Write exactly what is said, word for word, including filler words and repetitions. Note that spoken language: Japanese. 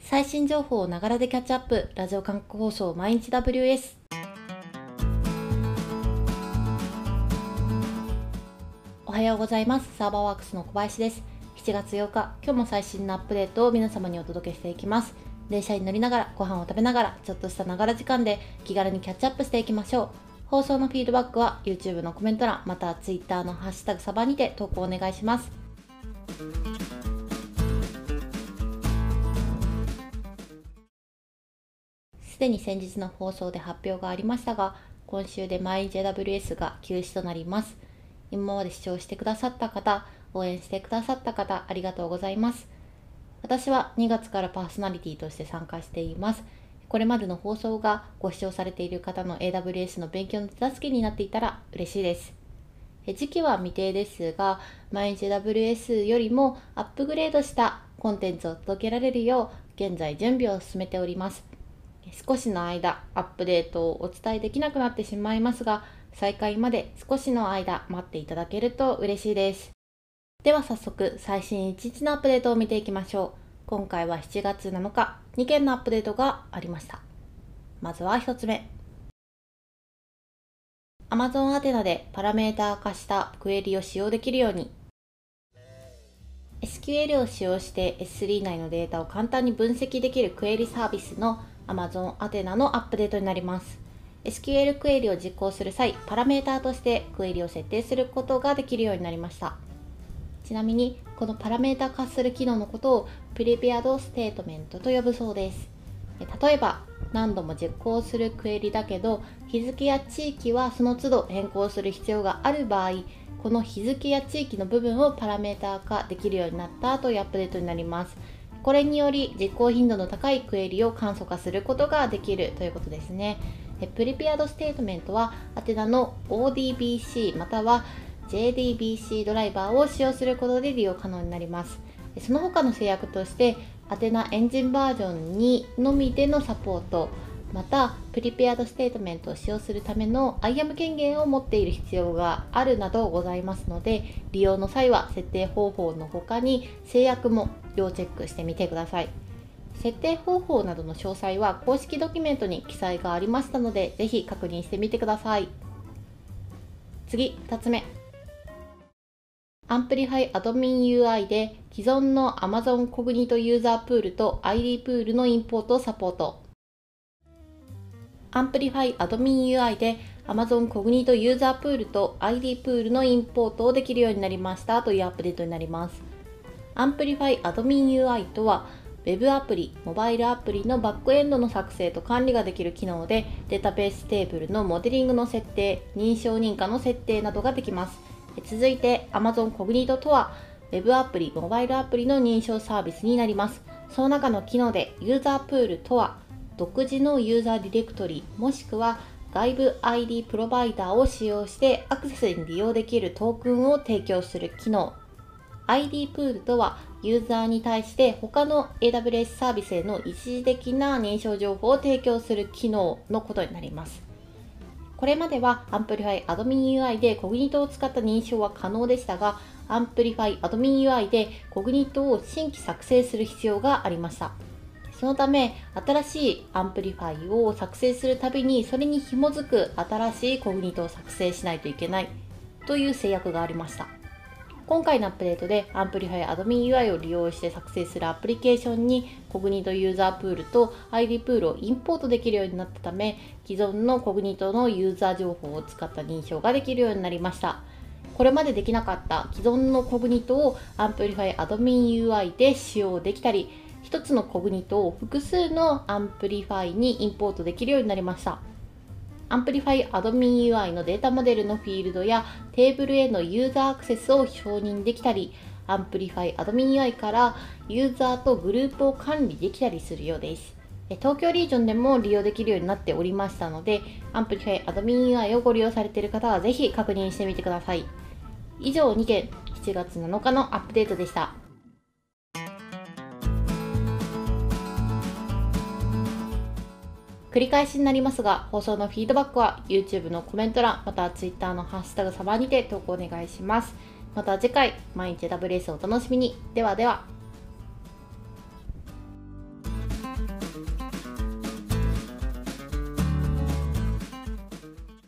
最新情報をながらでキャッチアップ、ラジオ韓国放送毎日 ダブリューエス。おはようございます。サーバーワークスの小林です。しちがつようか、今日も最新のアップデートを皆様にお届けしていきます。電車に乗りながら、ご飯を食べながら、ちょっとしたながら時間で気軽にキャッチアップしていきましょう。放送のフィードバックは YouTube のコメント欄、また Twitter のハッシュタグサバにて投稿お願いします。すでに先日の放送で発表がありましたが、今週で毎日 ダブリューエス が休止となります。今まで視聴してくださった方、応援してくださった方、ありがとうございます。私はにがつからパーソナリティとして参加しています。これまでの放送がご視聴されている方の エーダブリューエス の勉強の手助けになっていたら嬉しいです。時期は未定ですが、毎日 ダブリューエス よりもアップグレードしたコンテンツを届けられるよう、現在準備を進めております。少しの間、アップデートをお伝えできなくなってしまいますが、再開まで少しの間待っていただけると嬉しいです。では早速、最新いちにちのアップデートを見ていきましょう。今回はしちがつなのか、にけんのアップデートがありました。まずはひとつめ。Amazon アテナでパラメータ化したクエリを使用できるように。エスキューエル を使用して エススリー 内のデータを簡単に分析できるクエリサービスの Amazon アテナのアップデートになります。エスキューエル クエリを実行する際、パラメータとしてクエリを設定することができるようになりました。ちなみに、このパラメータ化する機能のことをプリペアドステートメントと呼ぶそうです。例えば、何度も実行するクエリだけど、日付や地域はその都度変更する必要がある場合、この日付や地域の部分をパラメータ化できるようになったというアップデートになります。これにより実行頻度の高いクエリを簡素化することができるということですね。プリペアドステートメントはアテナの オーディービーシー または ジェーディービーシー ドライバーを使用することで利用可能になります。その他の制約としてアテナエンジンバージョンにのみでのサポート、またプリペアドステートメントを使用するための アイエム 権限を持っている必要があるなどございますので、利用の際は設定方法の他に制約も要チェックしてみてください。設定方法などの詳細は公式ドキュメントに記載がありましたので、ぜひ確認してみてください。次、ふたつめ。アンプリファイアドミン ユーアイ で既存の Amazon コグニトユーザープールと アイディー プールのインポートをサポート。アンプリファイアドミン ユーアイ で Amazon コグニトユーザープールと アイディー プールのインポートをできるようになりましたというアップデートになります。アンプリファイアドミン ユーアイ とは、Web アプリ、モバイルアプリのバックエンドの作成と管理ができる機能で、データベーステーブルのモデリングの設定、認証認可の設定などができます。続いて Amazon コグニトとは、Web アプリ、モバイルアプリの認証サービスになります。その中の機能で、ユーザープールとは、独自のユーザーディレクトリもしくは外部 アイディー プロバイダーを使用してアクセスに利用できるトークンを提供する機能。アイディー プールとは、ユーザーに対して他の エーダブリューエス サービスへの一時的な認証情報を提供する機能のことになります。これまでは Amplify アドミン ユーアイ でコグニトを使った認証は可能でしたが、Amplify アドミン ユーアイ でコグニトを新規作成する必要がありました。そのため、新しい Amplify を作成するたびにそれに紐づく新しいコグニトを作成しないといけないという制約がありました。今回のアップデートで Amplify アドミン ユーアイ を利用して作成するアプリケーションにコグニトユーザープールと アイディー プールをインポートできるようになったため、既存のコグニトのユーザー情報を使った認証ができるようになりました。これまでできなかった既存のコグニトを Amplify アドミン ユーアイ で使用できたり、一つのコグニトを複数の Amplify にインポートできるようになりました。Amplify アドミン ユーアイ のデータモデルのフィールドやテーブルへのユーザーアクセスを承認できたり、Amplify アドミン ユーアイ からユーザーとグループを管理できたりするようです。東京リージョンでも利用できるようになっておりましたので、Amplify アドミン ユーアイ をご利用されている方はぜひ確認してみてください。以上にけん、しちがつなのかのアップデートでした。繰り返しになりますが、放送のフィードバックは YouTube のコメント欄、また Twitter のハッシュタグサバにて投稿お願いします。また次回、毎日 ダブリューエス をお楽しみに。ではでは。